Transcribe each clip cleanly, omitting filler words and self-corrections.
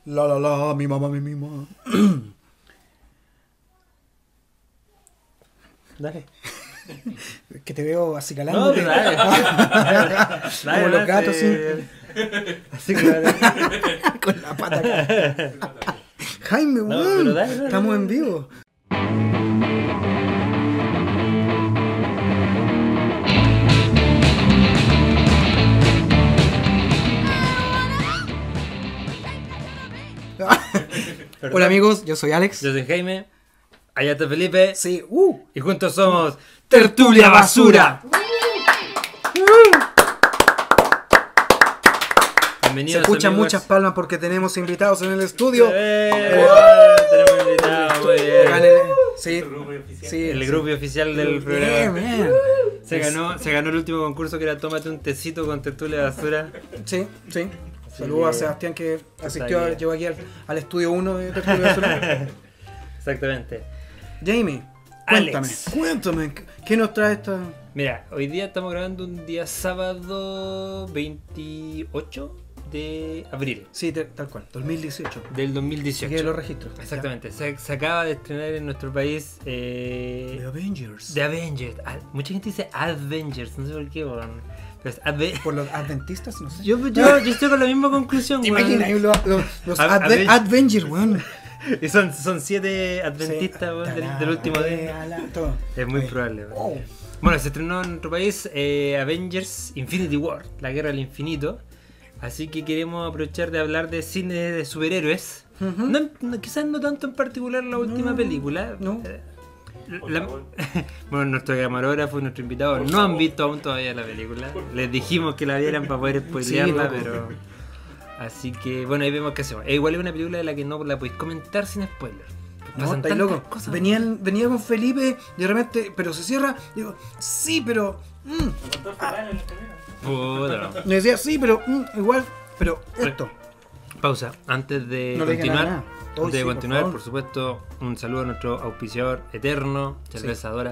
La, mi mamá me mima. Dale. Que te veo acicalando. No, pero dale. Como los gatos, sí. Así que dale. Con la pata acá. Jaime, No, weón. pero dale. Estamos en vivo. Hola amigos, yo soy Alex. Yo soy Jaime. Allá está Felipe. Sí, Y juntos somos Tertulia Basura. Se Bienvenidos. escuchan amigos. muchas palmas porque tenemos invitados en el estudio. Tenemos invitados, muy bien. Sí, sí, El sí. grupo oficial del Bien, programa. bien. Se ganó el último concurso que era Tómate un tecito con Tertulia Basura. Sí, sí. Saludos a que- Sebastián que asistió, bien. llegó aquí al estudio 1 de Tertulia Basura. Exactamente. Jamie, Alex. cuéntame, ¿qué nos trae esta? Mira, hoy día estamos grabando un día sábado 28 de abril Sí, tal cual, 2018. del Aquí 2018. los registros. Exactamente. Se acaba de estrenar en nuestro país The Avengers. The Avengers. Mucha gente dice Avengers, no sé por qué, weón. Pero es Por los adventistas, no sé. yo estoy con la misma conclusión, ¿Te weón. imaginas ahí los Avengers. Avengers, weón? Y son 7 adventistas, weón, del último día. Todo. Es muy probable, weón. Oh. Bueno, se estrenó en nuestro país Avengers Infinity War, la guerra del infinito. Así que queremos aprovechar de hablar de cine de superhéroes. Ujú. Quizás no tanto en particular la última película. No. Bueno, nuestro camarógrafo y nuestro invitado no han visto aún todavía la película. Les dijimos que la vieran para poder spoilearla, loco. pero... Así que, bueno, ahí vemos qué hacemos. Igual es una película de la que no la podéis comentar sin spoiler. No, Pasan estáis tantas loco. cosas. Venía con Felipe y de repente, pero se cierra. Digo, sí, pero. Puta. Me decía, sí, pero. Igual, pero esto. Pausa. Antes de No le digan continuar, nada. Oh, antes de sí, por continuar, favor. por supuesto, un saludo a nuestro auspiciador eterno, Cerveza Dora.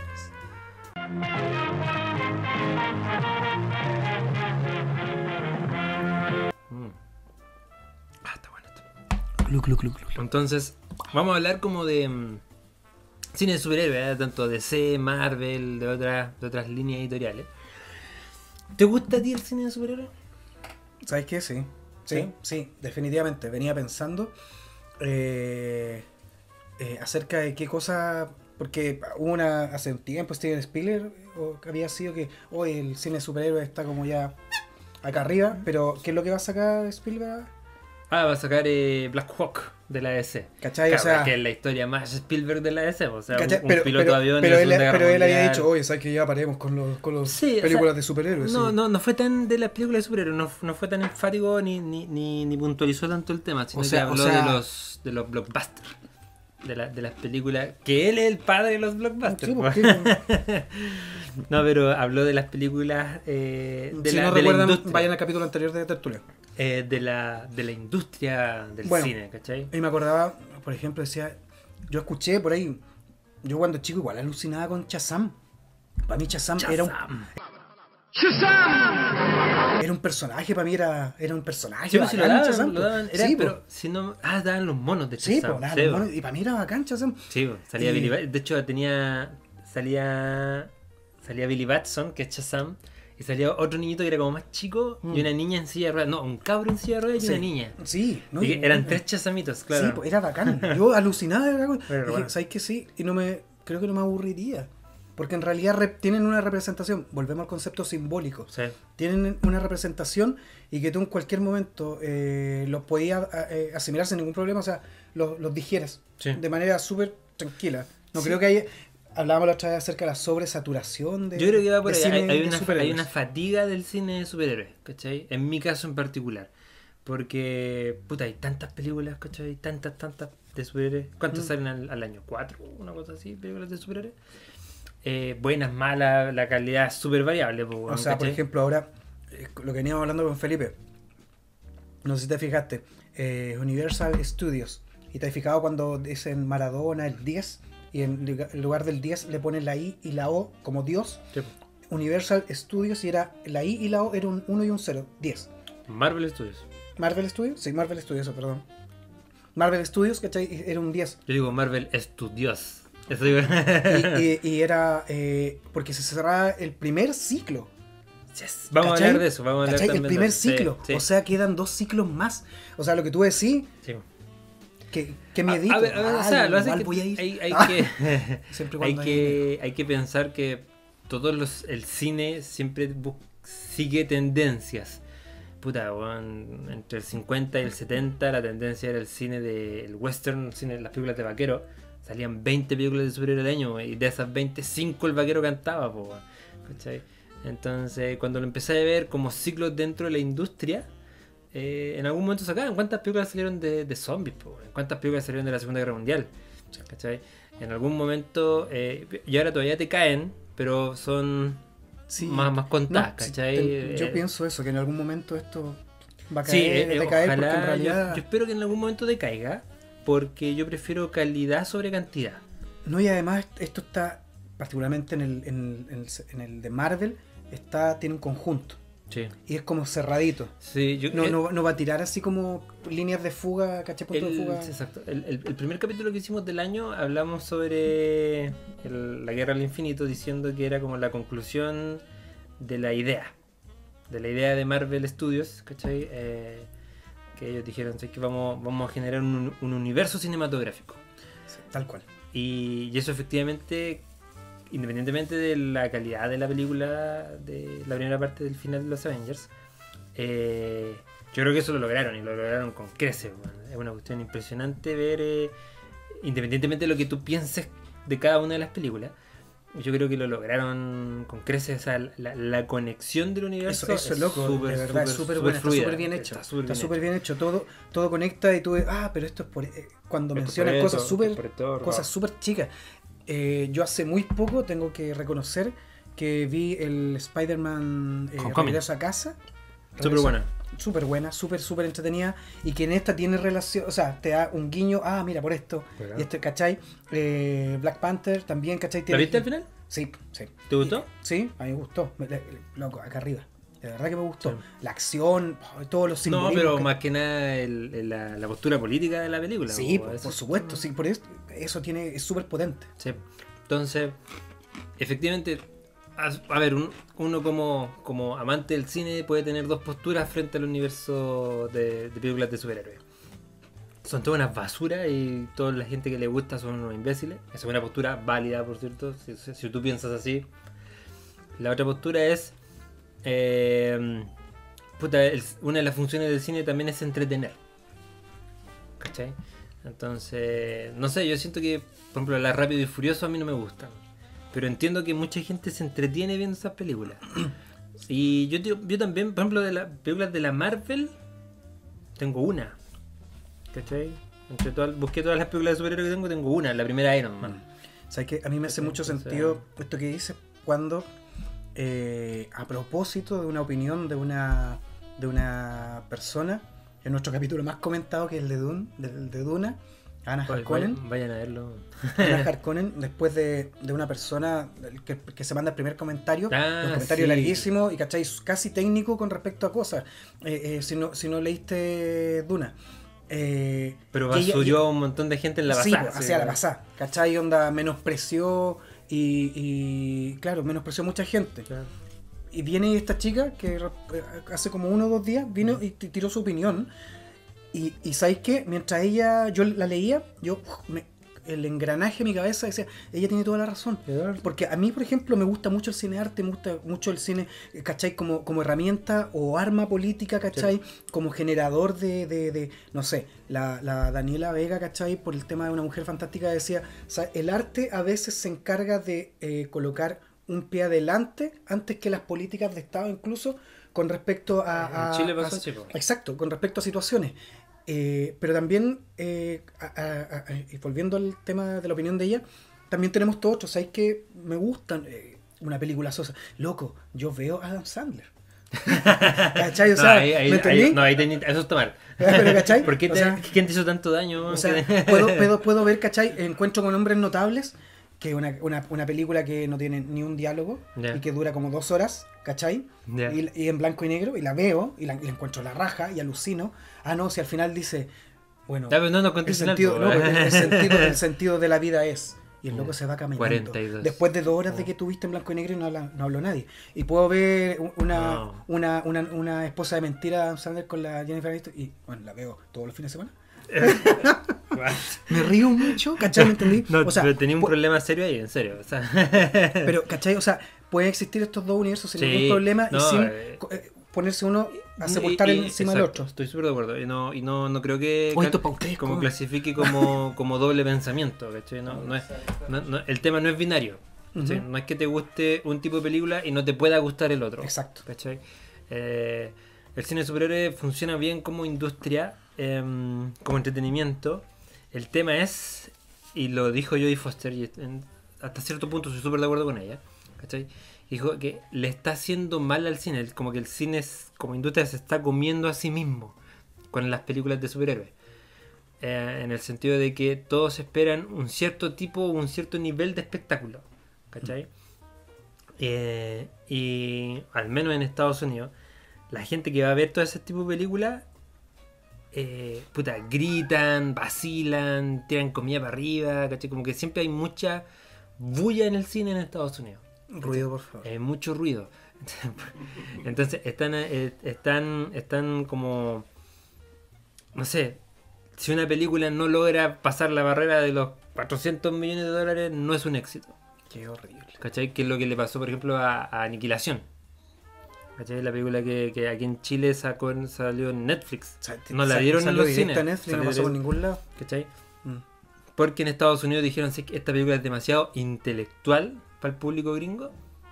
Está bueno esto. Entonces, vamos a hablar como de cine de superhéroes, tanto DC, Marvel, de otras líneas editoriales. ¿Te gusta a ti el cine de superhéroes? ¿Sabes qué? Sí. Sí, sí, definitivamente. Venía pensando acerca de qué cosa. Porque hubo hace un tiempo Steven Spielberg que había sido que hoy el cine de superhéroes está como ya acá arriba. Pero ¿qué es lo que va a sacar Spielberg? Va a sacar Black Hawk de la DC. ¿Cachai? Claro, O sea, es que es la historia más Spielberg de la DC. O sea, ¿cachai? un piloto de avión. pero en él, la Segunda Guerra pero él había Mundial. dicho, oye, ¿sabes que ya paremos con los Sí, o películas sea, de superhéroes? No, sí. no fue tan de las películas de superhéroes, no fue tan enfático ni puntualizó tanto el tema, sino O sea, que habló de los blockbusters. De las películas, que él es el padre de los blockbusters. Sí, pues. porque, No, pero habló de las películas de si la, no de la recuerdan, industria. vayan al capítulo anterior de Tertulia. De la industria del Bueno, cine, ¿cachai? Y me acordaba, por ejemplo, decía, yo escuché por ahí, yo cuando chico igual alucinaba con Shazam. Para mí Shazam era un personaje, para mí era un personaje. Sí, pues si lo bacán, daban, Shazam, lo daban, po. era, Sí, po. pero si no... daban los monos de Sí, Shazam. po, nada, sí, los po. monos, y para mí era bacán Shazam. Sí, po, salía Y- Billy Batson. De hecho, salía Billy Batson, que es Shazam, y salía otro niñito que era como más chico, y una niña en silla de ruedas. No, un cabro en silla de ruedas y Sí. una niña. Sí, ¿no? Y que Y- eran 3 Shazamitos, claro. Sí, pues era bacán. Yo alucinaba de bacán. Pero Dije, bueno. ¿sabes qué? Sí, y creo que no me aburriría. Porque en realidad tienen una representación, volvemos al concepto simbólico. Sí. Tienen una representación y que tú en cualquier momento los podías asimilar sin ningún problema, o sea, los digieras Sí. de manera súper tranquila. No Sí. creo que haya... Hablábamos la otra vez acerca de la sobresaturación de Yo creo que va por de ahí. cine Hay de una superhéroes. fatiga del cine de superhéroes, ¿cachai? En mi caso en particular. Porque, puta, hay tantas películas, ¿cachai? Tantas de superhéroes. ¿Cuántas salen al año? ¿4? Una cosa así, películas de superhéroes. Buenas, malas, la calidad es súper variable. Po, O sea, por ¿cachai? ejemplo, ahora, lo que veníamos hablando con Felipe, no sé si te fijaste, Universal Studios, y te has fijado cuando dicen Maradona, el 10, y en lugar del 10 le ponen la I y la O como Dios. Sí. Universal Studios, y era la I y la O era un 1 y un 0, 10. Marvel Studios. ¿Marvel Studios? Sí, Marvel Studios, perdón. Marvel Studios, ¿cachai? Era un 10. Yo digo Marvel Studios. Eso digo. Y era porque se cerraba el primer ciclo. Yes. Vamos ¿Cachai? a hablar de eso. Vamos a hablar ¿Cachai? también El primer de eso. ciclo. Sí, sí. O sea, quedan 2 ciclos más. O sea, lo que tú decís, Sí. que miedito. A ver, o sea, lo hace igual que voy a ir. hay Siempre y hay cuando hay que pensar que el cine siempre sigue tendencias. Puta, weón, entre el 50 y el 70 la tendencia era el cine el western, las películas de vaquero. Salían 20 películas de superhéroes al año, y de esas 25 el vaquero cantaba, po, weón, ¿cachai? Entonces, cuando lo empecé a ver como ciclos dentro de la industria, en algún momento sacaban cuántas películas salieron de zombies, po, weón, cuántas películas salieron de la Segunda Guerra Mundial, ¿cachai? En algún momento, y ahora todavía te caen, pero son Sí. más contadas, No, ¿cachai? yo pienso eso, que en algún momento esto va a Sí, caer, decaer, ojalá, porque en realidad... yo espero que en algún momento decaiga, porque yo prefiero calidad sobre cantidad. No, y además esto está, particularmente en el de Marvel, tiene un conjunto. Sí. Y es como cerradito. Sí, No va a tirar así como líneas de fuga, ¿cachai? Punto de fuga. Exacto. El primer capítulo que hicimos del año hablamos sobre la Guerra al Infinito, diciendo que era como la conclusión de la idea de Marvel Studios, ¿cachai? Que ellos dijeron, ¿sabes? Que vamos a generar un universo cinematográfico. Sí, tal cual. Y eso efectivamente, independientemente de la calidad de la película, de la primera parte del final de los Avengers, yo creo que eso lo lograron, y lo lograron con creces. Bueno. Es una cuestión impresionante ver, independientemente de lo que tú pienses de cada una de las películas, yo creo que lo lograron con creces. O sea, la conexión del universo eso es loco, súper, de verdad, es súper buena, está fluida, súper bien hecho. está súper Está bien súper bien hecho, todo conecta y tú ves, pero esto es por... cuando Esto mencionas por cosas esto, súper por esto, cosas súper chicas. Yo hace muy poco tengo que reconocer que vi el Spider-Man Regreso a Casa. Súper buena. Súper buena, súper entretenida, y que en esta tiene relación, o sea, te da un guiño, mira, por esto, Bueno. y este, ¿cachai? Black Panther también, ¿cachai? ¿La viste al final? Sí. ¿Te gustó? Sí, a mí me gustó, loco, acá arriba, de verdad que me gustó. Sí. La acción, todos los No, simbolismos. pero más que nada la postura política de la película. Sí, po, por supuesto, sí, por eso es súper potente. Sí. Entonces, efectivamente, a ver, uno como amante del cine puede tener dos posturas frente al universo de películas de superhéroes. Son todas unas basuras y toda la gente que le gusta son unos imbéciles. Esa es una postura válida, por cierto, si tú piensas así. La otra postura es... una de las funciones del cine también es entretener. ¿Cachai? Entonces, no sé, yo siento que, por ejemplo, la Rápido y Furioso a mí no me gustan. Pero entiendo que mucha gente se entretiene viendo esas películas. Y yo también, por ejemplo, de las películas de la Marvel, tengo una. ¿Cachai? Busqué todas las películas de superhéroes que tengo una. La primera Iron Man. ¿Sabes qué? A mí me hace mucho Entonces, sentido esto que dices cuando, a propósito de una opinión de una persona, en nuestro capítulo más comentado, que es el de Duna, Ana Harkonnen. Vayan a verlo. Ana Harkonnen, después de una persona que se manda el primer comentario, un comentario sí. larguísimo y, ¿cachai? Casi técnico con respecto a cosas. Si no leíste Duna. Pero subió a un montón de gente en la pasada. Sí, hacia la pasada, ¿cachai? Onda menospreció y claro, menospreció mucha gente. Claro. Y viene esta chica que hace como 1 o 2 días vino y tiró su opinión. Y ¿sabéis qué? Mientras yo la leía, el engranaje en mi cabeza decía, ella tiene toda la razón. Porque a mí, por ejemplo, me gusta mucho el cine arte, me gusta mucho el cine, ¿cachai? Como herramienta o arma política, ¿cachai? Sí. Como generador de no sé, la Daniela Vega, ¿cachai? Por el tema de Una Mujer Fantástica decía, o sea, el arte a veces se encarga de colocar un pie adelante antes que las políticas de Estado, incluso con respecto a Chile pasó así, po. Exacto, con respecto a situaciones. Pero también, y volviendo al tema de la opinión de ella, también tenemos todos otros. ¿Sabéis que me gustan? Una película sosa. Loco, yo veo a Adam Sandler. ¿Cachai? O sea, ¿me entendí? Eso está mal. Pero, ¿cachai? ¿Por qué ¿quién te hizo tanto daño? O sea, puedo ver, ¿cachai? Encuentro con Hombres Notables, que es una película que no tiene ni un diálogo, y que dura como 2 horas, ¿cachai? Y en blanco y negro, y la veo, y la encuentro la raja, y alucino. No, si al final dice, Bueno, Ya, pero no, no el condicional, sentido, po, no, porque ¿eh? el sentido de la vida es. Y el loco se va caminando. 42. Después de 2 horas de que tuviste en blanco y negro y no habló nadie. Y puedo ver No. una esposa de mentira, Adam Sandler, con la Jennifer Aniston. Y bueno, la veo todos los fines de semana. Me río mucho, ¿cachai? ¿Me entendí? No, O sea, pero tenía un problema serio ahí, en serio. O sea, pero, ¿cachai? O sea, pueden existir estos dos universos sin Sí, ningún problema no, y sin ponerse uno a sepultar encima del exacto, otro. estoy súper de acuerdo. No creo que Oye, esto pa' un cresco. como clasifique como doble pensamiento, ¿cachai? El tema no es binario. ¿Cachai? Ujú. No es que te guste un tipo de película y no te pueda gustar el otro. Exacto. ¿Cachai? El cine de superhéroes funciona bien como industria, como entretenimiento. El tema es, y lo dijo Jodie Foster, y hasta cierto punto estoy súper de acuerdo con ella, ¿cachai? Dijo que le está haciendo mal al cine, como que el cine como industria se está comiendo a sí mismo con las películas de superhéroes. En el sentido de que todos esperan un cierto tipo, un cierto nivel de espectáculo, ¿cachai? Y al menos en Estados Unidos, la gente que va a ver todo ese tipo de películas, gritan, vacilan, tiran comida para arriba, ¿cachai? Como que siempre hay mucha bulla en el cine en Estados Unidos. Ruido, por favor. Mucho ruido. Entonces están como, no sé, si una película no logra pasar la barrera de los 400 millones de dólares, no es un éxito. Qué horrible. ¿Cachai? Que es lo que le pasó, por ejemplo, a Aniquilación. ¿Cachai? La película que aquí en Chile salió en Netflix. O sea, No la dieron en salió los directo cines. a Netflix, no Salió pasó por directo. ningún lado. ¿Cachai? Mm. Porque en Estados Unidos dijeron "Sí, que esta película es demasiado intelectual para el público gringo".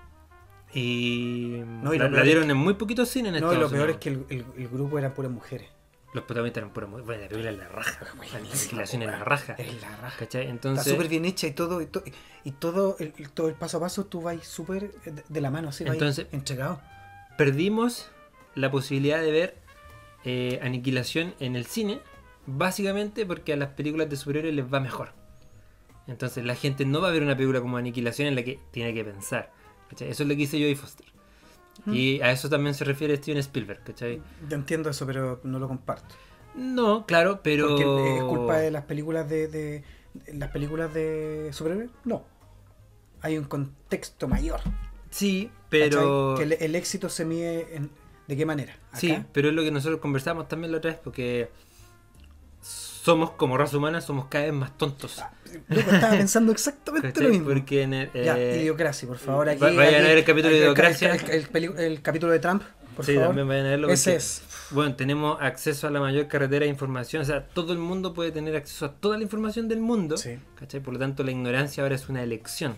Y, No, y la lo peor dieron es en muy poquitos cines en No, y Estados lo peor Unidos. es que el grupo eran puras mujeres. Los protagonistas eran puras mujeres. Bueno, la película es la raja. La Aniquilación es la weón. raja. Es la raja. ¿Cachai? Está Entonces, súper bien hecha y todo, todo el paso a paso tú vas súper de la mano, así vas Entonces- entregado. perdimos la posibilidad de ver Aniquilación en el cine, básicamente porque a las películas de superhéroes les va mejor. Entonces la gente no va a ver una película como Aniquilación en la que tiene que pensar. ¿Cachai? Eso es lo que dice Jodie Foster. Y a eso también se refiere Steven Spielberg, ¿cachai? Yo entiendo eso, pero no lo comparto. No, claro, pero... Porque es culpa de las películas las películas de superhéroes. No. Hay un contexto mayor. Sí, pero... ¿Cachai? Que el éxito se mide ¿de qué manera? ¿Acá? Sí, pero es lo que nosotros conversamos también la otra vez, porque somos, como raza humana, somos cada vez más tontos. Loco, estaba pensando exactamente ¿Cachai? lo mismo. Porque en Ya, Idiocracia, por favor. Aquí, vayan a ver el capítulo de Idiocracia. El capítulo de Trump, por sí, favor. también vayan a verlo. Ese porque, es. bueno, tenemos acceso a la mayor carretera de información. O sea, todo el mundo puede tener acceso a toda la información del mundo. Sí. ¿Cachai? Por lo tanto, la ignorancia ahora es una elección.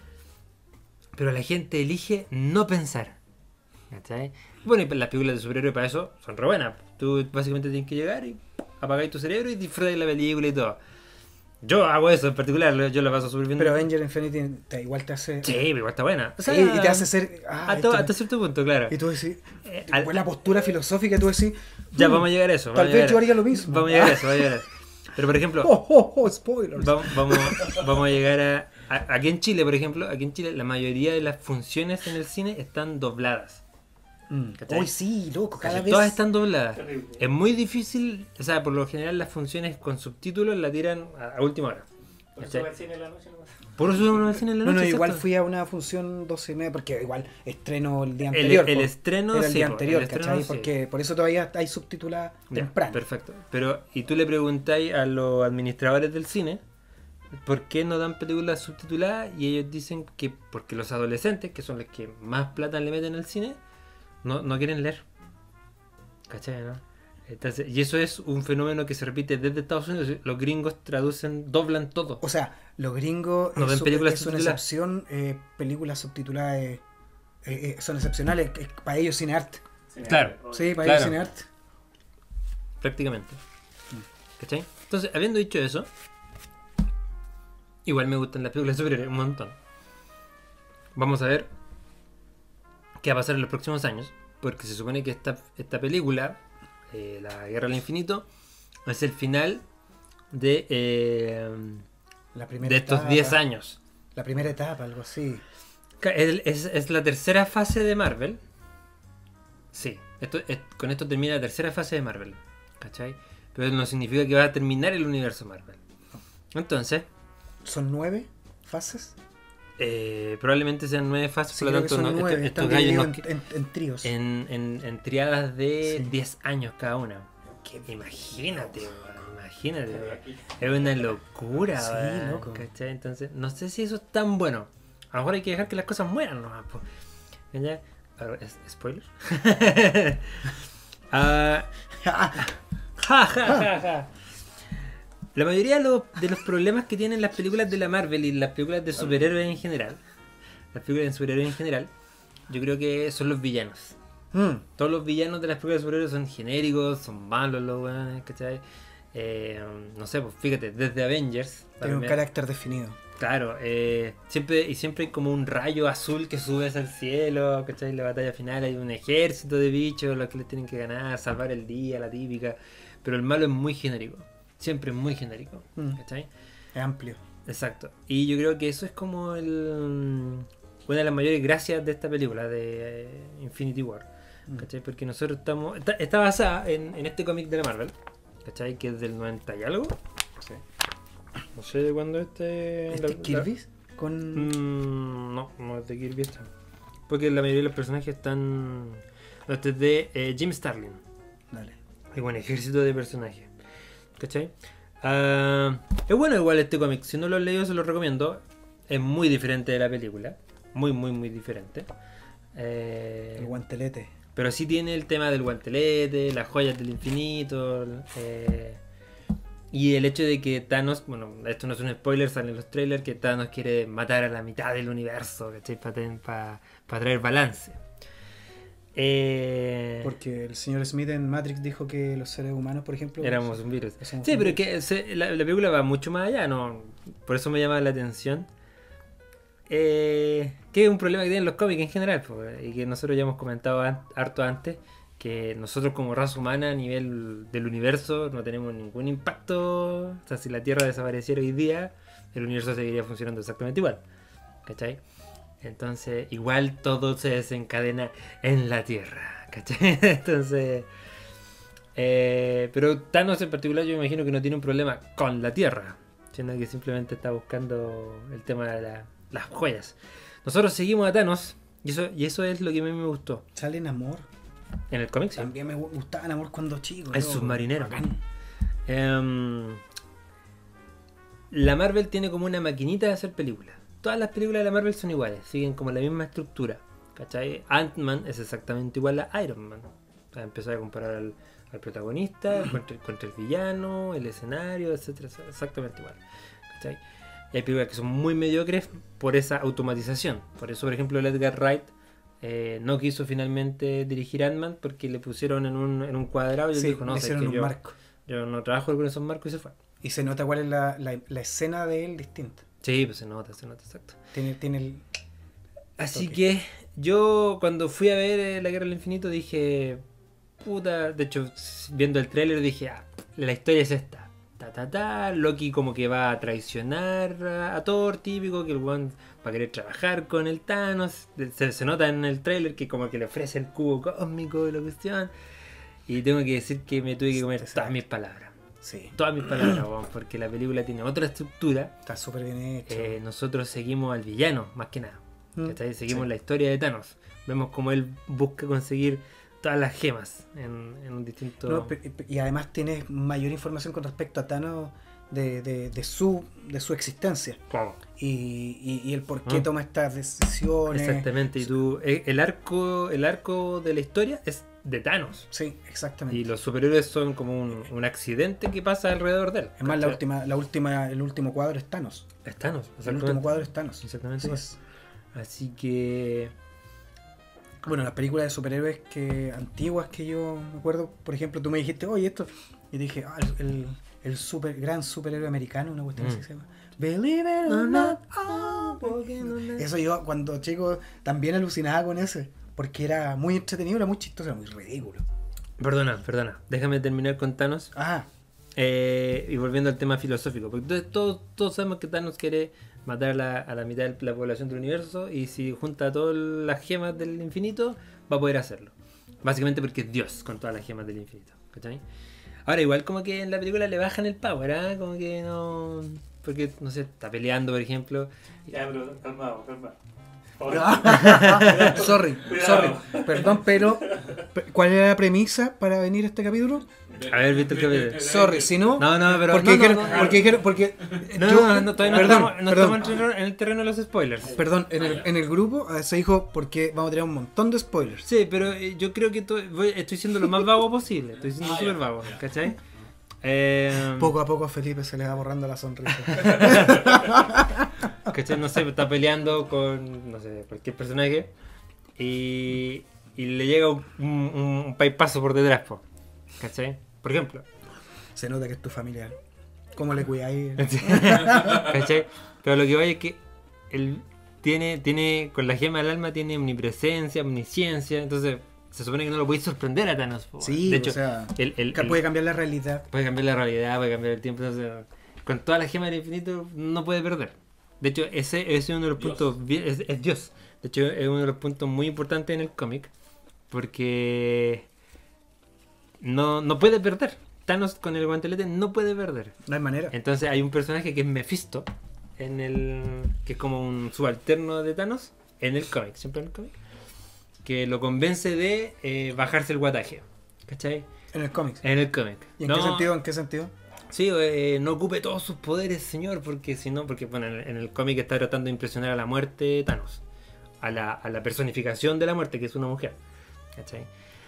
Pero la gente elige no pensar. ¿Cachai? Bueno, y las películas de superhéroes para eso son re buenas. Tú básicamente tienes que llegar y apagáis tu cerebro y disfrutáis la película y todo. Yo hago eso en particular, yo la paso súper bien. Pero Avenger Infinity igual te hace. Sí, pero igual está buena. O sea, Sí, y te hace ser. hasta cierto punto, claro. Y tú decís. Al- la postura filosófica, tú decís. Ya, vamos a llegar a eso. Tal vez yo haría lo mismo. Vamos a llegar a eso, vamos a llegar a eso. Pero por ejemplo, Spoilers. vamos a llegar aquí en Chile, por ejemplo, aquí en Chile la mayoría de las funciones en el cine están dobladas. ¿Cachai? Uy, sí, loco, cada ¿Cachai? vez. Todas están dobladas. Terrible. Es muy difícil, o sea, por lo general las funciones con subtítulos la tiran a última hora. Por eso ¿Cachai? va al cine en la noche nomás. Por eso uno va al cine en la No, noche. igual exacto. fui a una función 12:30 porque igual estreno el día El anterior. el po. estreno, Era el sí, día po, anterior, el estreno, ¿cachai? sí. Porque por eso todavía hay subtitulada Ya, temprano. perfecto. Pero, y tú le preguntáis a los administradores del cine por qué no dan películas subtituladas y ellos dicen que porque los adolescentes, que son los que más plata le meten al cine, no quieren leer. ¿Cachai, no? Entonces, y eso es un fenómeno que se repite desde Estados Unidos. Los gringos doblan todo. O sea, los gringos No ven películas es una subtituladas. excepción. Películas subtituladas son excepcionales. Para ellos cine arte. Claro. Sí, para Claro. ellos cine arte. Prácticamente. ¿Cachai? Entonces, habiendo dicho eso, igual me gustan las películas de superhéroes un montón. Vamos a ver qué va a pasar en los próximos años, porque se supone que esta película, La Guerra del Infinito, es el final de La primera de estos etapa, 10 años. La primera etapa, algo así. Es la tercera fase de Marvel. Sí, con esto termina la tercera fase de Marvel. ¿Cachai? pero no significa que va a terminar el universo Marvel. Entonces, ¿Son 9 fases? probablemente sean 9 fases, Sí, por lo creo que tanto, son 9. estos Están gallos divididos nos, en tríos. en triadas de Sí. 10 años cada una. Imagínate, weón, imagínate, weón. Es una locura, Sí, weón, loco. ¿cachai? Entonces, no sé si eso es tan bueno. A lo mejor hay que dejar que las cosas mueran nomás, po. ¿Ya? ¿Spoiler? Ah, ja, ja, ja, ja. La mayoría de los problemas que tienen las películas de la Marvel y las películas de superhéroes en general, las películas de superhéroes en general, yo creo que son los villanos. Todos los villanos de las películas de superhéroes son genéricos, son malos los weones, ¿cachai? No sé, pues fíjate, desde Avengers. Tiene un carácter definido. Claro, siempre hay como un rayo azul que sube hacia el cielo, ¿cachai? En la batalla final hay un ejército de bichos los que les tienen que ganar, salvar el día, la típica. Pero el malo es muy genérico, siempre es muy genérico, ¿cachai? Es amplio. Exacto. Y yo creo que eso es como una de las mayores gracias de esta película, de Infinity War, ¿cachai? Porque nosotros estamos... Está basada en este cómic de la Marvel, ¿cachai? Que es del 90 y algo. Sí. No sé de cuándo ¿Este es Kirby? Con... No es de Kirby esta. Porque la mayoría de los personajes están... No, este es de Jim Starlin. Dale. Hay un ejército de personajes, ¿cachai? Es bueno igual este cómic. Si no lo has leído se lo recomiendo. Es muy diferente de la película. Muy, muy, muy diferente. El guantelete. Pero sí tiene el tema del guantelete, las joyas del infinito. Y el hecho de que Thanos, bueno, esto no es un spoiler, sale en los trailers, que Thanos quiere matar a la mitad del universo, ¿cachai? Para traer balance. Porque el señor Smith en Matrix dijo que los seres humanos, por ejemplo, Éramos un virus. somos Sí, un pero virus. es que la película va mucho más allá, ¿no? Por eso me llama la atención. Que es un problema que tienen los cómics en general, pues, y que nosotros ya hemos comentado harto antes, que nosotros como raza humana a nivel del universo no tenemos ningún impacto. O sea, si la Tierra desapareciera hoy día, el universo seguiría funcionando exactamente igual, ¿cachai? Entonces, igual todo se desencadena en la Tierra, ¿cachai? Entonces, pero Thanos en particular yo me imagino que no tiene un problema con la Tierra, sino que simplemente está buscando el tema de las joyas. Nosotros seguimos a Thanos y eso es lo que a mí me gustó. Sale en Amor. En el cómic, sí. También me gustaba en Amor cuando chico. El loco. submarinero. Bacán. La Marvel tiene como una maquinita de hacer películas. Todas las películas de la Marvel son iguales, siguen como la misma estructura, ¿cachai? Ant-Man es exactamente igual a Iron Man. O sea, empezó a comparar al protagonista contra el villano, el escenario, etcétera, exactamente igual, ¿cachai? Y hay películas que son muy mediocres por esa automatización. Por eso, por ejemplo, el Edgar Wright no quiso finalmente dirigir Ant-Man porque le pusieron en un cuadrado y él Sí, dijo, no le sé, hicieron que un marco. yo no trabajo con esos marcos y se fue. Y se nota cuál es la escena de él distinta. Sí, pues se nota, exacto. Tiene el... Así toque. que yo cuando fui a ver La Guerra del Infinito dije, puta, de hecho viendo el tráiler dije, la historia es esta. Loki como que va a traicionar a Thor, típico, que el weón va a querer trabajar con el Thanos. Se nota en el tráiler que como que le ofrece el cubo cósmico y la cuestión. Y tengo que decir que me tuve que comer todas mis palabras. Sí, Todas mis palabras, weón, porque la película tiene otra estructura. está súper bien hecho. Nosotros seguimos al villano, más que nada. ¿Cachai? Seguimos Sí. la historia de Thanos. Vemos como él busca conseguir todas las gemas en un distinto... No, y además tienes mayor información con respecto a Thanos de su existencia. Claro. Y el por qué toma estas decisiones. Exactamente. Y tú, el arco de la historia es de Thanos. Sí, exactamente. Y los superhéroes son como un accidente que pasa alrededor de él. Es más, ¿cachai? el último cuadro es Thanos. Es Thanos. El exactamente. último cuadro es Thanos. Exactamente Sí, igual. es. Así que... Bueno, las películas de superhéroes antiguas que yo me acuerdo, por ejemplo, tú me dijiste, oye, esto, y dije, el gran superhéroe americano, una cuestión así que se llama. Believe it or not, eso yo cuando chico también alucinaba con ese, porque era muy entretenido, era muy chistoso, era muy ridículo. Perdona. Déjame terminar con Thanos. Ah, Y volviendo al tema filosófico, porque entonces todos sabemos que Thanos quiere matar a la mitad de la población del universo y si junta todas las gemas del infinito va a poder hacerlo. Básicamente porque es Dios con todas las gemas del infinito, ¿cachai? Ahora, igual como que en la película le bajan el power, ¿ah? Como que no... Porque, no sé, está peleando, por ejemplo. Ya, pero calmado. Sorry, perdón, pero ¿cuál era la premisa para venir a este capítulo? A ver, ¿viste el capítulo? Sorry, si no, No, pero... porque dijeron, porque Todavía no estamos en el terreno de los spoilers. Perdón, en el grupo se dijo porque vamos a tener un montón de spoilers. Sí, pero yo creo que estoy siendo lo más vago posible. Estoy siendo súper vago, ¿cachai? Poco a poco a Felipe se le va borrando la sonrisa. ¿Cachai? No sé, está peleando con, no sé, cualquier personaje y le llega un paipazo por detrás, po, ¿cachai? Por ejemplo. Se nota que es tu familiar. ¿Cómo le cuidáis? ¿Cachai? Pero lo que vaya es que él tiene con la gema del alma tiene omnipresencia, omnisciencia, entonces se supone que no lo podéis sorprender a Thanos. Po. Sí, de hecho, o sea, puede cambiar la realidad. Puede cambiar la realidad, puede cambiar el tiempo. Entonces, con todas las gemas del infinito no puede perder. De hecho, ese es uno de los puntos. Es Dios. De hecho, es uno de los puntos muy importantes en el cómic. Porque no puede perder. Thanos con el guantelete no puede perder. No hay manera. Entonces hay un personaje que es Mephisto. Que es como un subalterno de Thanos. En el cómic, siempre en el cómic. Que lo convence de bajarse el guataje. ¿Cachai? En el cómic. En el cómic. ¿Y en qué sentido? Sí, no ocupe todos sus poderes, señor, porque si no, porque bueno, en el cómic está tratando de impresionar a la muerte Thanos, a la personificación de la muerte, que es una mujer, ¿cachai?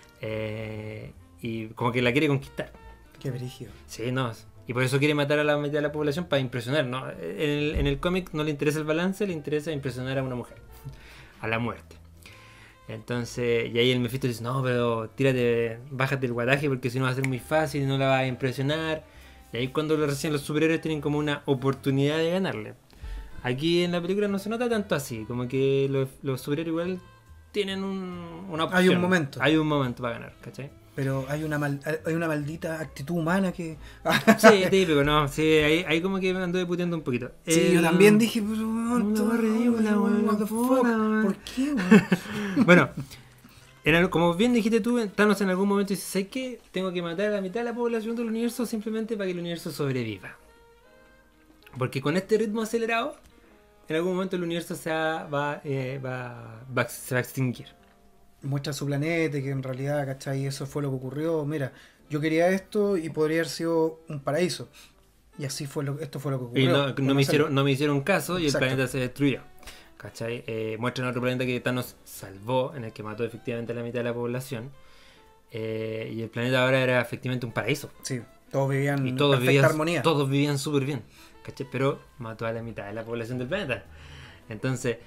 Y como que la quiere conquistar. Qué brígido. Sí, no, y por eso quiere matar a la mitad de la población para impresionar, ¿no? En el cómic no le interesa el balance, le interesa impresionar a una mujer, a la muerte. Entonces, y ahí el Mephisto dice, no, pero tírate, bájate el guataje porque si no va a ser muy fácil y no la va a impresionar. Y ahí cuando recién los superhéroes tienen como una oportunidad de ganarle. Aquí en la película no se nota tanto así, como que los superhéroes igual tienen una opción. Hay un momento. Hay un momento para ganar, ¿cachai? Pero hay una maldita actitud humana que... Sí, típico, ¿no? Sí, ahí como que me anduve puteando un poquito. Sí, yo también dije, pero... What the fuck, ¿por qué, weón? Bueno, como bien dijiste tú, Thanos en algún momento dice, ¿sabes qué? Tengo que matar a la mitad de la población del universo simplemente para que el universo sobreviva. Porque con este ritmo acelerado, en algún momento el universo se va a extinguir. Muestra su planeta y que en realidad, ¿cachai? Eso fue lo que ocurrió. Mira, yo quería esto y podría haber sido un paraíso. Y así esto fue lo que ocurrió. Y no me hicieron caso y Exacto. el planeta se destruyó. ¿Cachai? Muestran otro planeta que Thanos salvó, en el que mató efectivamente a la mitad de la población. Y el planeta ahora era efectivamente un paraíso. Sí, todos vivían Y en todos perfecta vivían, armonía. todos vivían súper bien. ¿Cachai? Pero mató a la mitad de la población del planeta. Entonces,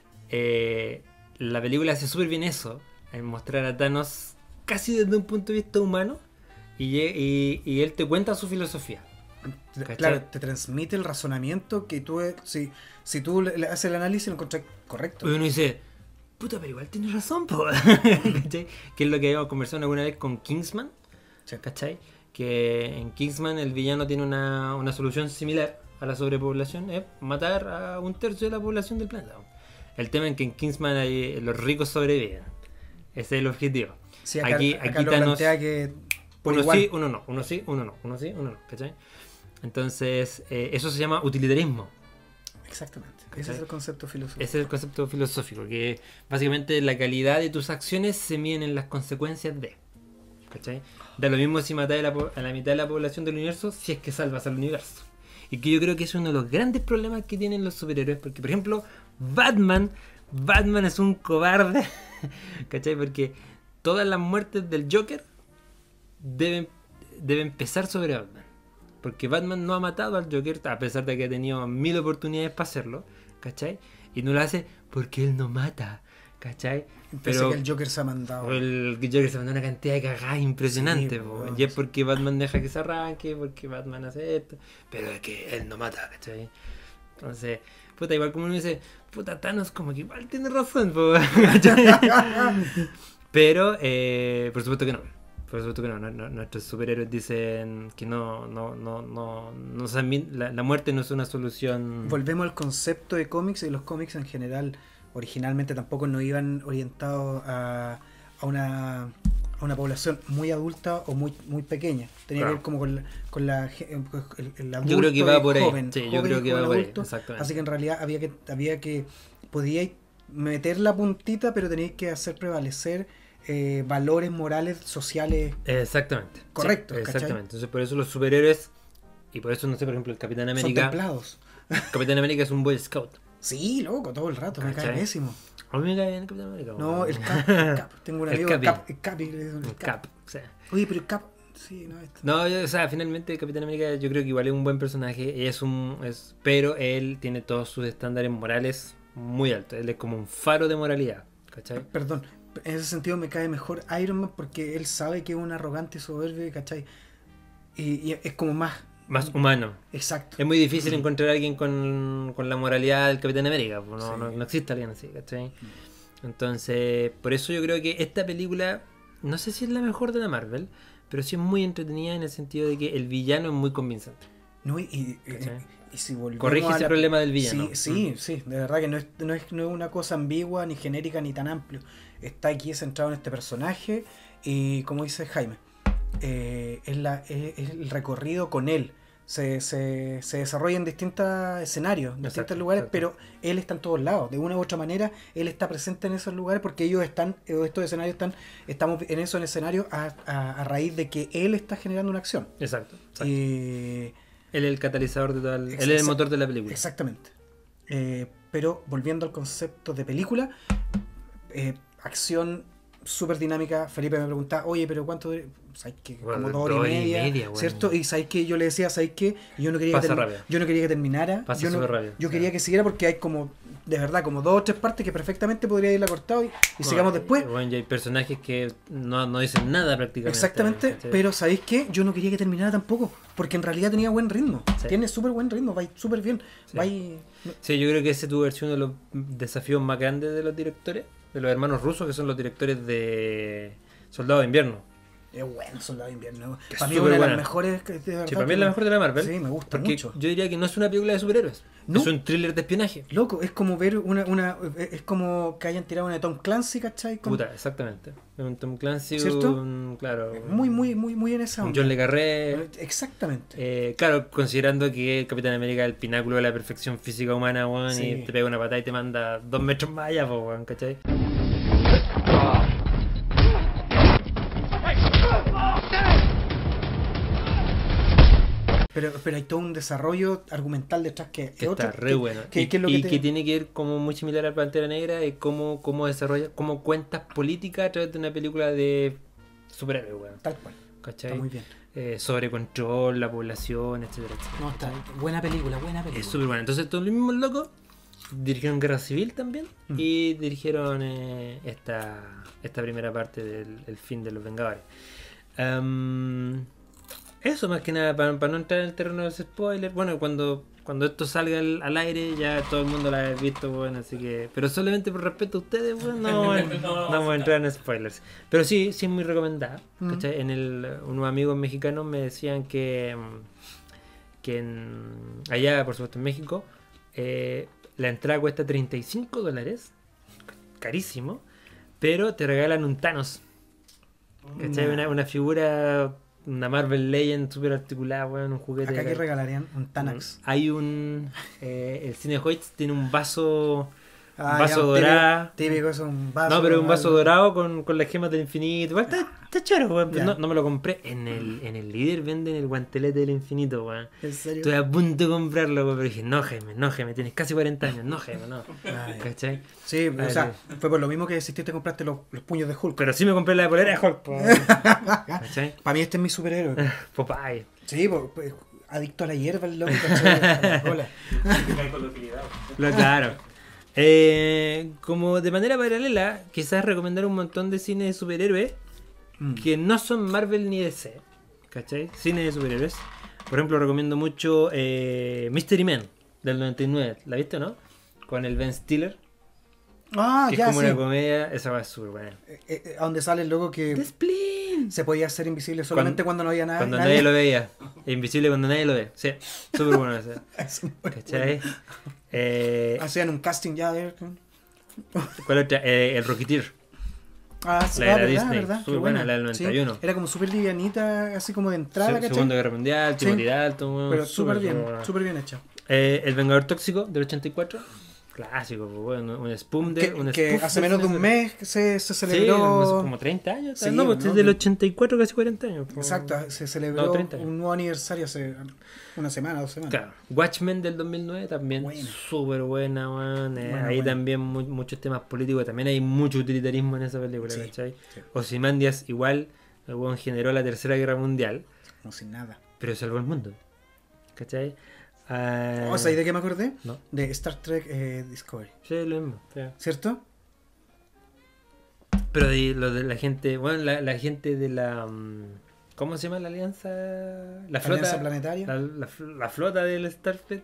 la película hace súper bien eso, en mostrar a Thanos casi desde un punto de vista humano. Y él te cuenta su filosofía. ¿Cachai? Claro, te transmite el razonamiento que tú, si tú le haces el análisis, lo encontrás correcto. Y uno dice, puta, pero igual tienes razón, po. ¿Cachai? Que es lo que habíamos conversado alguna vez con Kingsman. Sí. ¿Cachai? Que en Kingsman el villano tiene una solución similar a la sobrepoblación, es matar a un tercio de la población del planeta. El tema es que en Kingsman los ricos sobreviven. Ese es el objetivo. Sí, aquí lo Thanos, plantea que por uno igual. sí, uno no, uno sí, uno no, uno sí, uno no, ¿cachai? Entonces, eso se llama utilitarismo. Exactamente. ¿Cachai? Ese es el concepto filosófico. Ese es el concepto filosófico, que básicamente la calidad de tus acciones se miden en las consecuencias de. ¿Cachai? Da lo mismo si matas a la mitad de la población del universo si es que salvas al universo. Y que yo creo que es uno de los grandes problemas que tienen los superhéroes. Porque, por ejemplo, Batman es un cobarde. ¿Cachai? Porque todas las muertes del Joker deben pesar sobre Batman. Porque Batman no ha matado al Joker, a pesar de que ha tenido 1000 oportunidades para hacerlo, ¿cachai? Y no lo hace porque él no mata, ¿cachai? Pero que el Joker se ha mandado. El Joker se mandó una cantidad de cagadas impresionante, Sí, po. no, Y es sí. porque Batman deja que se arranque, porque Batman hace esto, pero es que él no mata, ¿cachai? Entonces, puta, igual como uno dice, puta, Thanos como que igual tiene razón, po, ¿cachai? Pero, por supuesto que no. Por supuesto que no. Nuestros superhéroes dicen que no la muerte no es una solución. Volvemos al concepto de cómics, y los cómics en general originalmente tampoco no iban orientados a una población muy adulta o muy pequeña. Tenía Claro. que ver como el adulto Yo creo que va y por ahí. joven, Sí, yo joven creo y que joven va por ahí. adulto. Exactamente. Así que en realidad había que podíais meter la puntita, pero tenéis que hacer prevalecer valores morales, sociales. Exactamente. Correcto, Sí, ¿cachai? exactamente. Entonces por eso los superhéroes, y por eso no sé, por ejemplo, el Capitán Son América. templados. Capitán América es un Boy Scout. Sí, loco, todo el rato, me cae ¿Cachai? pésimo. A mí me cae bien el Capitán América. No, weón. el Cap. Tengo un El amigo, Capi. el Capi, le dicen El Cap. O sea. Oye, pero el Cap, sí, no, No, o sea, finalmente el Capitán América yo creo que igual es un buen personaje, pero él tiene todos sus estándares morales muy altos. Él es como un faro de moralidad, ¿cachai? Perdón, en ese sentido me cae mejor Iron Man porque él sabe que es un arrogante y soberbio, ¿cachai? Y es como más Más humano. exacto. Es muy difícil encontrar a alguien con la moralidad del Capitán América, pues no, Sí. no existe alguien así, ¿cachai? Entonces, por eso yo creo que esta película, no sé si es la mejor de la Marvel, pero sí es muy entretenida en el sentido de que el villano es muy convincente. No, y ¿Cachai? si volvemos Corrige a ese problema del villano. Sí, de verdad que no es una cosa ambigua, ni genérica, ni tan amplio. Está aquí centrado en este personaje y como dice Jaime, es el recorrido con él. Se desarrolla en distintos escenarios, en distintos Exacto, lugares, exacto. pero él está en todos lados. De una u otra manera, él está presente en esos lugares porque estos escenarios estamos en esos escenarios a raíz de que él está generando una acción. Exacto. Eh, Él es el catalizador de toda él es el Exacto. motor de la película. Exactamente. Pero volviendo al concepto de película, acción súper dinámica. Felipe me preguntaba, oye, pero ¿cuánto? ¿Sabes qué? Bueno, Como 2 horas y media, bueno. ¿cierto? Y ¿sabes qué? Yo le decía, ¿sabes qué? Yo no quería, Pasa rápido. yo no quería que terminara. Pasa yo no- súper rápido. yo Sí. quería que siguiera porque hay como, de verdad, como 2 o 3 partes que perfectamente podría irla cortado y sigamos después. Bueno, y hay personajes que no dicen nada prácticamente. Exactamente, ¿cachai? pero ¿sabéis qué? Yo no quería que terminara tampoco, porque en realidad tenía buen ritmo. Sí. Tiene súper buen ritmo, va súper bien. Sí. Va Sí, yo creo que ese tuvo que haber sido uno de los desafíos más grandes de los directores, de los hermanos rusos, que son los directores de Soldado de Invierno. es bueno Soldado de Invierno. Que es Para mí es súper una de las buena. mejores, de verdad. Sí, para mí es la mejor de la Marvel. Sí, me gusta porque mucho. yo diría que no es una película de superhéroes. No. Es un thriller de espionaje. Loco, es como ver es como que hayan tirado una de Tom Clancy, ¿cachai? Puta, exactamente. Es un Tom Clancy, ¿Cierto? claro. Muy en esa Un onda. John Le Carré. Exactamente. Claro, considerando que el Capitán América es el pináculo de la perfección física humana, weón, Sí. y te pega una patada y te manda 2 metros más allá, po, weón, ¿cachai? Pero hay todo un desarrollo argumental detrás que Está otro, re bueno. que es lo y que que tiene que ver como muy similar a Pantera Negra, es cómo desarrolla, cómo cuentas política a través de una película de superhéroes, weón. tal cual. ¿Cachai? Está muy bien. Sobre control, la población, etcétera, etcétera. No, está buena película. Es súper bueno. Entonces, todos los mismos locos dirigieron Guerra Civil también y dirigieron esta primera parte del el fin de los Vengadores. Eso más que nada, para no entrar en el terreno de los spoilers. Bueno, cuando esto salga al aire, ya todo el mundo la ha visto, bueno, así que. Pero solamente por respeto a ustedes, bueno, no vamos a entrar en spoilers. Pero sí es muy recomendada. ¿Cachai? Unos amigos mexicanos me decían que allá, por supuesto, en México, la entrada cuesta $35, carísimo, pero te regalan un Thanos. ¿Cachai? Una figura, una Marvel Legend super articulada, weón, un juguete. Acá que regalarían un Tanax. Hay el Cine Hoyts tiene un vaso Ya, dorado. Típico, es un vaso. No, pero un vaso algo. dorado con las gemas del infinito. Igual está choro, weón. Pero Ya. no me lo compré. En el líder venden el guantelete del infinito, weón. ¿En serio? Estoy a punto de comprarlo, weón. Pero dije, no, Jaime, tienes casi 40 años. No, Jaime, no. Ay. ¿Cachai? Sí, o Ay, sea, fue por lo mismo que desististe y compraste los puños de Hulk. Pero sí me compré la de polera de Hulk, po, weón. ¿Cachai? Para mí este es mi superhéroe. Popeye. Sí, pues, adicto a la hierba, el loco, ¿cachai? A la cola. Claro. Como de manera paralela, quizás recomendar un montón de cine de superhéroes que no son Marvel ni DC. ¿Cachai? Cine de superhéroes. Por ejemplo, recomiendo mucho Mystery Man del 99. ¿La viste o no? Con el Ben Stiller. Ah, Que ya, es como sí. una comedia. Esa va súper buena. A donde sale el loco que The Spleen. se podía hacer invisible solamente cuando no había nada. Cuando nadie lo veía. Invisible cuando nadie lo ve. Sí, súper bueno ese. ¿Cachai? Hacían un casting ya de... ¿Cuál otra? El Rocketeer. Ah, sí, La de la verdad, Disney, verdad. súper Qué buena, la del Sí, 91. era como súper livianita, así como de entrada, ¿cachai? Segunda Guerra Mundial, Sí. Timothy Dalton, weón, Pero súper bien, buena. súper bien hecha. El Vengador Tóxico del 84. Clásico, pues, bueno, un spoof Que, un que spoof hace de menos de un esa mes se Sí, celebró. no sé, como 30 años. Sí, no, pues ¿no? desde el 84, casi 40 años. pues. Exacto, se No, celebró 30 años. un nuevo aniversario hace una semana, 2 semanas. Claro. Watchmen del 2009 también Buena. súper buena, weón. Buena, Ahí buena. también muchos temas políticos. También hay mucho utilitarismo en esa película, Sí, ¿cachai? sí. Ozymandias igual, el weón generó la Tercera Guerra Mundial, No sin nada. pero salvó el mundo. ¿Cachai? O sea, ¿y de qué me acordé? No. De Star Trek Discovery. Sí, lo mismo. Sí. ¿Cierto? Pero de, lo de la gente, bueno, la gente de la... ¿Cómo se llama la alianza? La flota. Alianza Planetaria. La flota del Starfleet.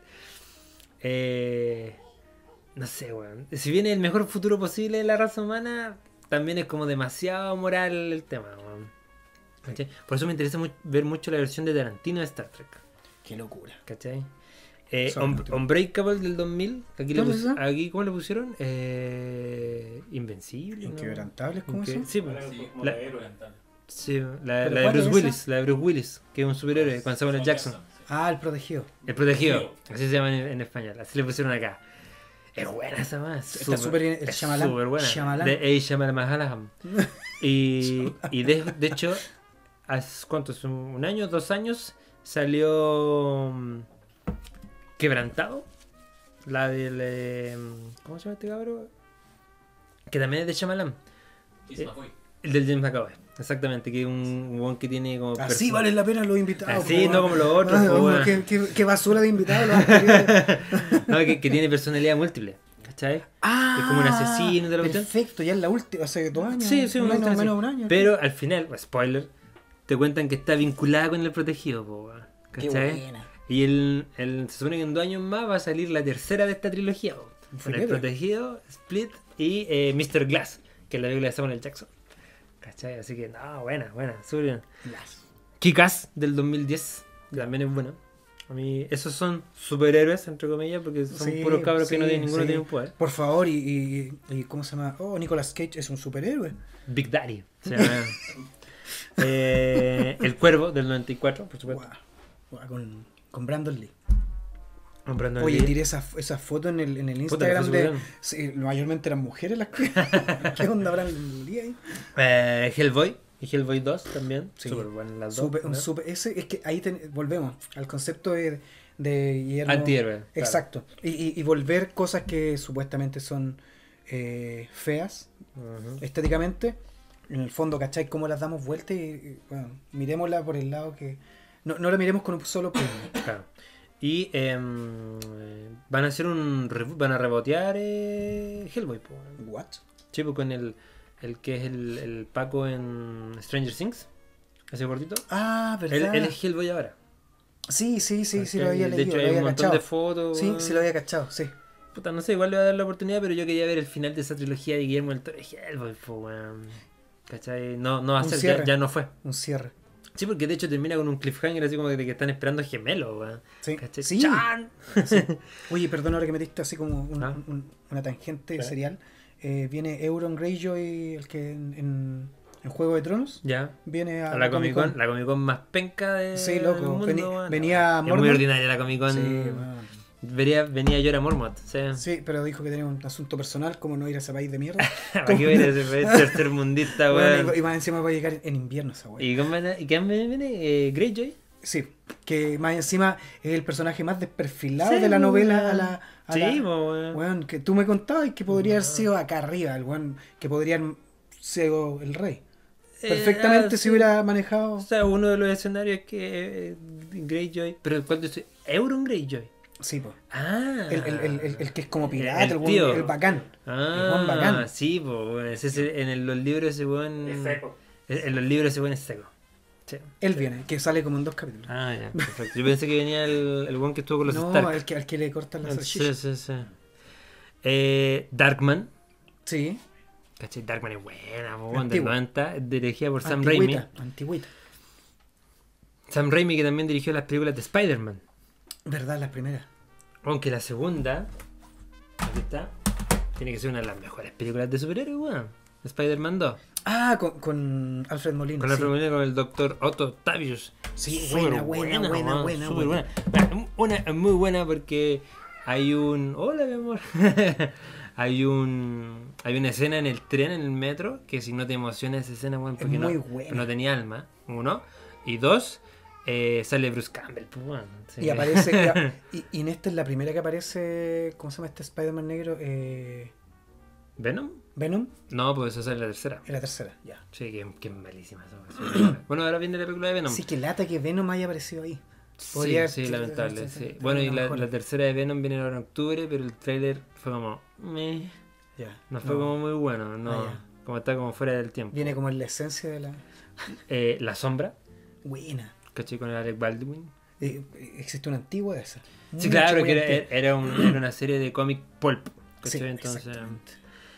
No sé, weón. Si viene el mejor futuro posible de la raza humana, también es como demasiado moral el tema, weón. ¿Cachai? Por eso me interesa ver mucho la versión de Tarantino de Star Trek. Qué locura. ¿Cachai? Solamente. Unbreakable del 2000. Aquí, ¿Cuál es esa? aquí ¿cómo le pusieron? Invencible. ¿no? Inquebrantables, ¿cómo se llama? Sí, pues. Sí, como La- la héroe cantante. Sí, la ¿Pero de cuál Bruce es Willis, esa? la de Bruce Willis, que es un superhéroe con Samuel L. Jackson. Ah, el protegido. El protegido, así se llama en español, así le pusieron acá. Es buena esa más. Está súper bien, el es Shyamalan. súper buena. Shyamalan. De A. Shyamalan. Y de hecho, hace ¿cuántos? ¿Un año, 2 años? Salió Quebrantado. La del... ¿cómo se llama este cabrón? Que también es de Shyamalan. Kiss McCoy. El del James McAvoy, exactamente, que es un weón que tiene como... Así perso- valen la pena los invitados. Así, po, no weón. como los otros, Ah, po, hombre, weón. qué basura de invitados los anteriores. No, que tiene personalidad múltiple, ¿cachai? Ah, Es como un asesino de la cuestión. perfecto, ya es la última, hace 2 años. Sí, una cuestión menos así. de un año. Pero al final, spoiler, te cuentan que está vinculada con el protegido, po, weón, Qué ¿cachai? buena. Y se supone que en 2 años más va a salir la tercera de esta trilogía, po, con el Fíjate. protegido, Split y Mr. Glass, que es la película de Samuel L. Jackson. ¿Cachai? Así que, no, buena, súper bien. Las- Kick-Ass del 2010, que también es buena. A mí, esos son superhéroes, entre comillas, porque son Sí, puros cabros que no sí, tienen, ninguno sí. tiene un poder. Por favor, y ¿cómo se llama? Oh, Nicolas Cage es un superhéroe. Big Daddy. Se llama. El Cuervo del 94, por supuesto. Guau, con Brandon Lee. Brandon Oye, Lee. tiré esa foto en el Puta, que Instagram fue de. súper bien. Sí, mayormente eran mujeres las que. ¿Qué onda Brandon Lee ahí? Hellboy y Hellboy 2 también. Sí. Súper buenas las dos. ¿no? Ese, es que ahí volvemos al concepto de Guillermo. Antihéroe. claro. Exacto. Y volver cosas que supuestamente son feas Ujú. estéticamente. En el fondo, ¿cachai? Cómo las damos vuelta bueno, miremosla por el lado que. No la miremos con un solo prisma. Claro. Y van a hacer un reboot, van a rebotear Hellboy. Po. ¿What? Sí, pues con el que es el Paco en Stranger Things. Ese gordito. Ah, ¿verdad? Él es Hellboy ahora. Sí, lo había De leído, hecho, lo hay había un montón cachado. de fotos. Sí, weón. sí lo había cachado, sí. Puta, no sé, igual le voy a dar la oportunidad, pero yo quería ver el final de esa trilogía de Guillermo del Toro. Hellboy, po, weón. ¿Cachai? No va a Un ser, cierre. ya no fue. Un cierre. Sí, porque de hecho termina con un cliffhanger así como de que están esperando gemelos, weón. Sí. ¿Cachai? Sí. ¡Chan! Sí. Oye, perdón, ahora que metiste así como Ah. una tangente Claro. serial. Viene Euron Greyjoy, el que en Juego de Tronos. Ya. Viene a A la Comic Con, la Comic Con más penca de Sí, loco. del mundo, weón. Venía Es muy Mormont. ordinaria la Comic Con. Sí, bueno. Venía Jorah Mormont. Sí. Sí, pero dijo que tenía un asunto personal, como no ir a ese país de mierda. ¿Para qué viene ese tercer mundista, Bueno, weón? y más encima va a llegar en invierno esa weá. ¿Y quién viene? ¿Greyjoy? Sí, que más encima es el personaje más desperfilado Sí, de la novela weón. a Sí, la- po, weón. Weón, que tú me contabas que podría haber sido acá arriba, el weón, que podría haber sido el rey. Perfectamente Sí. si hubiera manejado. O sea, uno de los escenarios es que Greyjoy. Pero ¿cuál dice? Euron Greyjoy. Sí, po. Ah. El que es como pirata, El el, tío. weón, el bacán. El weón Ah, bacán. sí, pues en los libros ese weón. Es seco. En los libros ese weón es seco. Sí. Él viene, que sale como en 2 capítulos. Ah, ya, perfecto. Yo pensé que venía el weón que estuvo con los No, Stark. al que le cortan las Sí, salchichas. sí, sí. Darkman. Sí. ¿Cachai? Darkman es buena, po, weón, del Antigua. 90, dirigida por Sam Raimi. Antigüita. Sam Raimi que también dirigió las películas de Spider-Man. ¿Verdad? Las primeras. Aunque la segunda, aquí está, tiene que ser una de las mejores películas de superhéroes, weón. Spider-Man 2. Ah, con Alfred Molina. Con la sí. femenina con el doctor Otto Octavius. Sí, Súper buena, weón, súper buena. Una muy buena porque hay un. Hola, mi amor. Hay una escena en el tren, en el metro, que si no te emociona esa escena, weón, Es porque muy buena. no tenía alma, uno. Y dos, sale Bruce Campbell, pues, weón. Sí. Y aparece. y en esta es la primera que aparece. ¿Cómo se llama este Spider-Man negro? ¿Venom? Venom. No, pues esa es la tercera. En la tercera, ya. Sí, que es malísima esa. Bueno, ahora viene la película de Venom. Sí, que lata que Venom haya aparecido ahí. Sí, lamentable, sí. Bueno, y la tercera de Venom viene ahora en octubre, pero el tráiler fue como... meh. Ya. No fue como muy bueno, no. ya. Como está como fuera del tiempo. Viene como en la esencia de la. La Sombra, Buena. ¿cachai? Con Alec Baldwin. Existe una antigua de esa. Sí, Mucho, claro, muy que antigua. era una serie de cómic pulp, Sí, ¿cachai? Entonces, exactamente.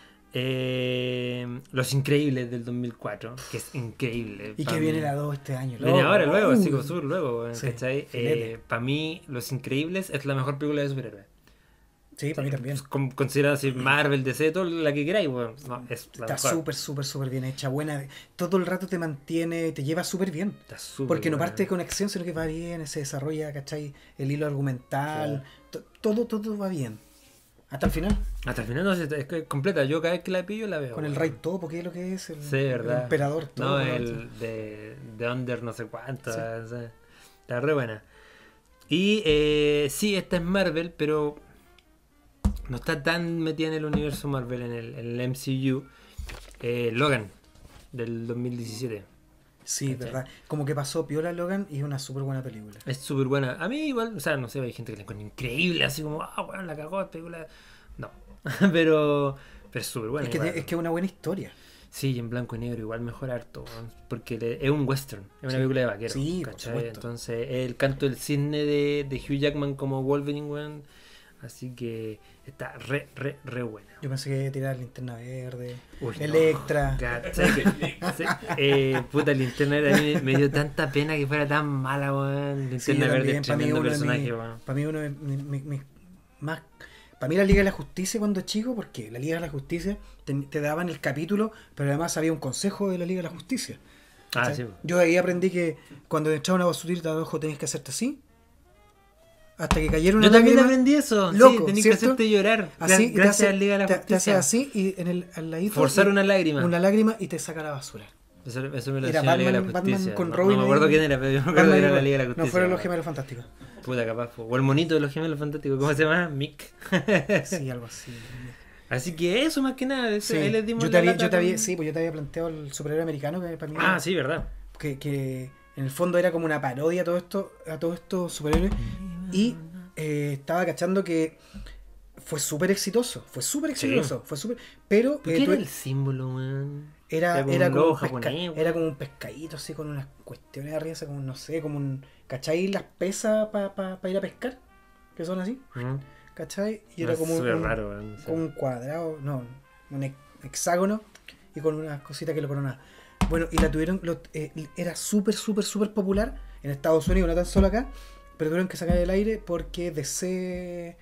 Los Increíbles del 2004, que es increíble. Y pa' que mí. viene la 2 este año. Viene ahora, luego, así como Uh, sur, luego, sí, ¿cachai? filete. Para mí, Los Increíbles es la mejor película de superhéroes. Sí, para mí también. Considerado así Marvel, DC, todo la que queráis, bueno, no, es la Está mejor. súper bien hecha, buena. Todo el rato te mantiene, te lleva súper bien. Está súper Porque no buena. parte de conexión, sino que va bien, se desarrolla, ¿cachai? El hilo argumental. Todo va bien. Hasta el final. Hasta el final no sé, es que completa. Yo cada vez que la pillo la veo. Con el bueno. Rey Topo, ¿qué es lo que es? Sí, verdad. El emperador No, todo. el de Under no sé cuánto. Sí. O sea, está re buena. Y sí, esta es Marvel, pero no está tan metida en el universo Marvel, en el MCU. Logan, del 2017. Sí, ¿Cachai? verdad. Como que pasó Piola Logan y es una súper buena película. Es súper buena. A mí igual, o sea, no sé, hay gente que la encuentra increíble, así como, bueno, la cagó la película. No, pero es súper buena. es que igual. es que es una buena historia. Sí, y en blanco y negro igual mejor harto, weón, porque es un western, es una Sí. película de vaquero. Sí, por ¿cachai? supuesto. Entonces, el canto del cisne de Hugh Jackman como Wolverine, weón. Así que está re buena. Yo pensé que iba a tirar Linterna Verde, Uy, no. Electra. ¿Cachai? Puta, Linterna Verde a mí me dio tanta pena que fuera tan mala, weón. Sí, Linterna yo Verde también, es tremendo personaje, weón. para mí uno de mis más. Para mí la Liga de la Justicia cuando chico, porque la Liga de la Justicia te daban el capítulo, pero además había un consejo de la Liga de la Justicia. Ah, ¿Cachai? sí. Yo de ahí aprendí que cuando echaba una basurita de abajo tenías que hacerte así. Hasta que cayera una Yo también lágrima. aprendí eso. Loco, sí, tenías que ¿cierto? hacerte llorar. Así, y te Gracias hace- a Liga de la te Justicia. haces así y al ladito. Forzar una lágrima. Una lágrima y te saca la basura. Eso me lo Era decía la Liga de la Batman Justicia. con no, Robin no me acuerdo ahí. quién era, pero yo me acuerdo que era la Liga de la Justicia. No fueron los weón. gemelos fantásticos. Puta, capaz. O el monito de los gemelos fantásticos. ¿Cómo se llama? Mick. Sí, algo así. Así que eso más que nada. Sí. Ahí les dimos Yo te la había, lata yo te había- con- sí, pues yo te había planteado el superhéroe americano que para mí Ah, sí, verdad. que en el fondo era como una parodia a todos estos superhéroes y estaba cachando que fue súper exitoso, fue súper pero ¿Por qué tú- era el símbolo, weón? era como era un como logo un japonés, weón. era como un pescadito así con unas cuestiones arriba, así como no sé, como un ¿cachai? Las pesas para ir a pescar, que son así, Mm. ¿cachai? Y No, era es como súper raro, weón. Sí. como un cuadrado, no, un hexágono y con unas cositas que lo coronaban. Bueno, y la tuvieron, era súper popular en Estados Unidos, no tan solo acá, pero tuvieron que sacar del aire porque DC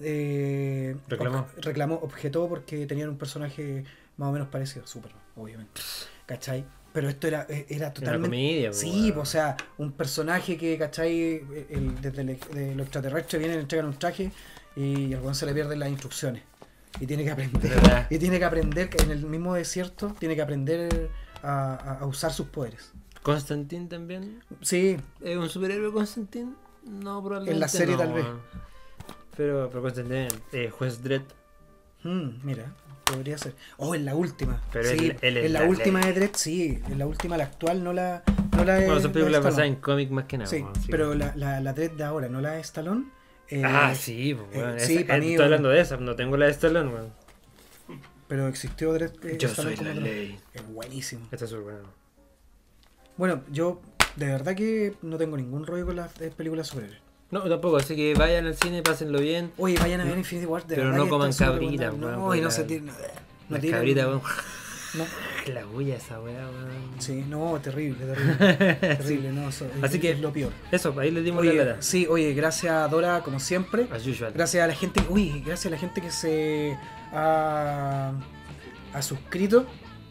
objetó porque tenían un personaje más o menos parecido a Superman, obviamente. ¿Cachai? Pero esto era Una totalmente... comedia, Sí, weón. pues, o sea, un personaje que, ¿cachai? Desde de los extraterrestres vienen, le entregan un traje y al weón se le pierden las instrucciones. Y tiene que aprender. ¿Verdad? Y tiene que aprender, que en el mismo desierto, tiene que aprender a usar sus poderes. Constantine también. Sí, ¿Es un superhéroe Constantine? No, probablemente. En la serie no, tal vez. weón. Pero Constantine, Juez Dredd. mira, podría ser. Oh, en la última. Pero sí, él es en la la última ley. de Dredd, sí. En la última, la actual, no la Bueno, son películas la basadas en Stallone. cómics más que nada. Sí, weón, pero la Dredd de ahora, no la de Stallone. Sí, pues, weón. sí, pa' mí, estoy weón. hablando de esa, no tengo la de Stallone, weón. Pero existió Dredd. Yo Stallone soy la como Dredd. ley. Es buenísimo. Esta es súper buena. Bueno, yo de verdad que no tengo ningún rollo con las películas superhéroes. No, tampoco, así que vayan al cine, pásenlo bien. Oye, vayan a ver Infinity War, de Pero verdad no que coman está súper cabritas, recomendable. weón, No, porque y no la- se tiren. Las tiren- cabritas, weón. No. La huella esa weá, weón. Sí, no, terrible. Terrible, no, eso Así es que- lo peor. Eso, ahí les dimos Oye, la lata. sí, oye, gracias Dora, como siempre. As usual. Gracias a la gente, gracias a la gente que se ha suscrito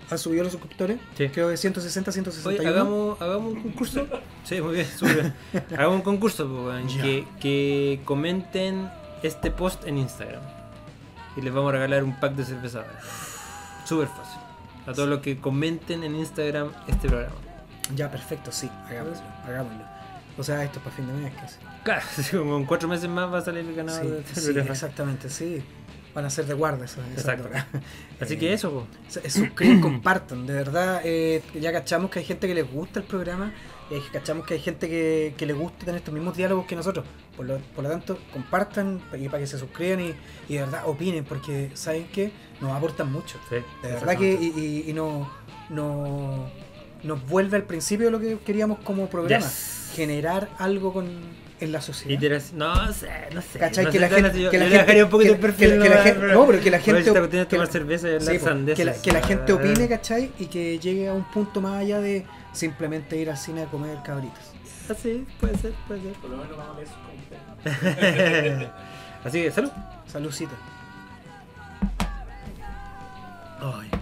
¿Han subido los suscriptores? Sí. Creo de 160 a Oye, 161. hagamos un concurso. Sí, muy bien, súper. Hagamos un concurso, pues, weón, Ya. que comenten este post en Instagram. Y les vamos a regalar un pack de cerveza. Súper fácil. A todos los que comenten en Instagram este programa. Ya, perfecto, sí, hagámoslo. O sea, esto es para fin de mes casi. Claro, así como en 4 meses más va a salir el ganador Sí, de este sí, programa. exactamente, sí. Van a ser de guardia eso. Exacto. Así que eso, pues. Suscriban, compartan. De verdad, ya cachamos que hay gente que les gusta el programa y cachamos que hay gente que les gusta tener estos mismos diálogos que nosotros. Por lo tanto, compartan y para que se suscriban y de verdad opinen, porque ¿saben qué? Nos aportan mucho. Sí, De verdad que y nos vuelve al principio de lo que queríamos como programa. Yes. Generar algo en la sociedad. No sé. ¿Cachai? No Que sé, la gente, yo que la le gente, dejaría un poquito que- el perfil. que la gente, no, pero que la gente, Esta cuestión de que la- tomar cerveza y hablar sí, po, sandeces. que la gente opine, ¿cachai? Y que llegue a un punto más allá de simplemente ir al cine a comer cabritas. Ah, sí, puede ser. Por lo menos vamos a leer sus comentarios. Así que, salud. Saludcita. Ay.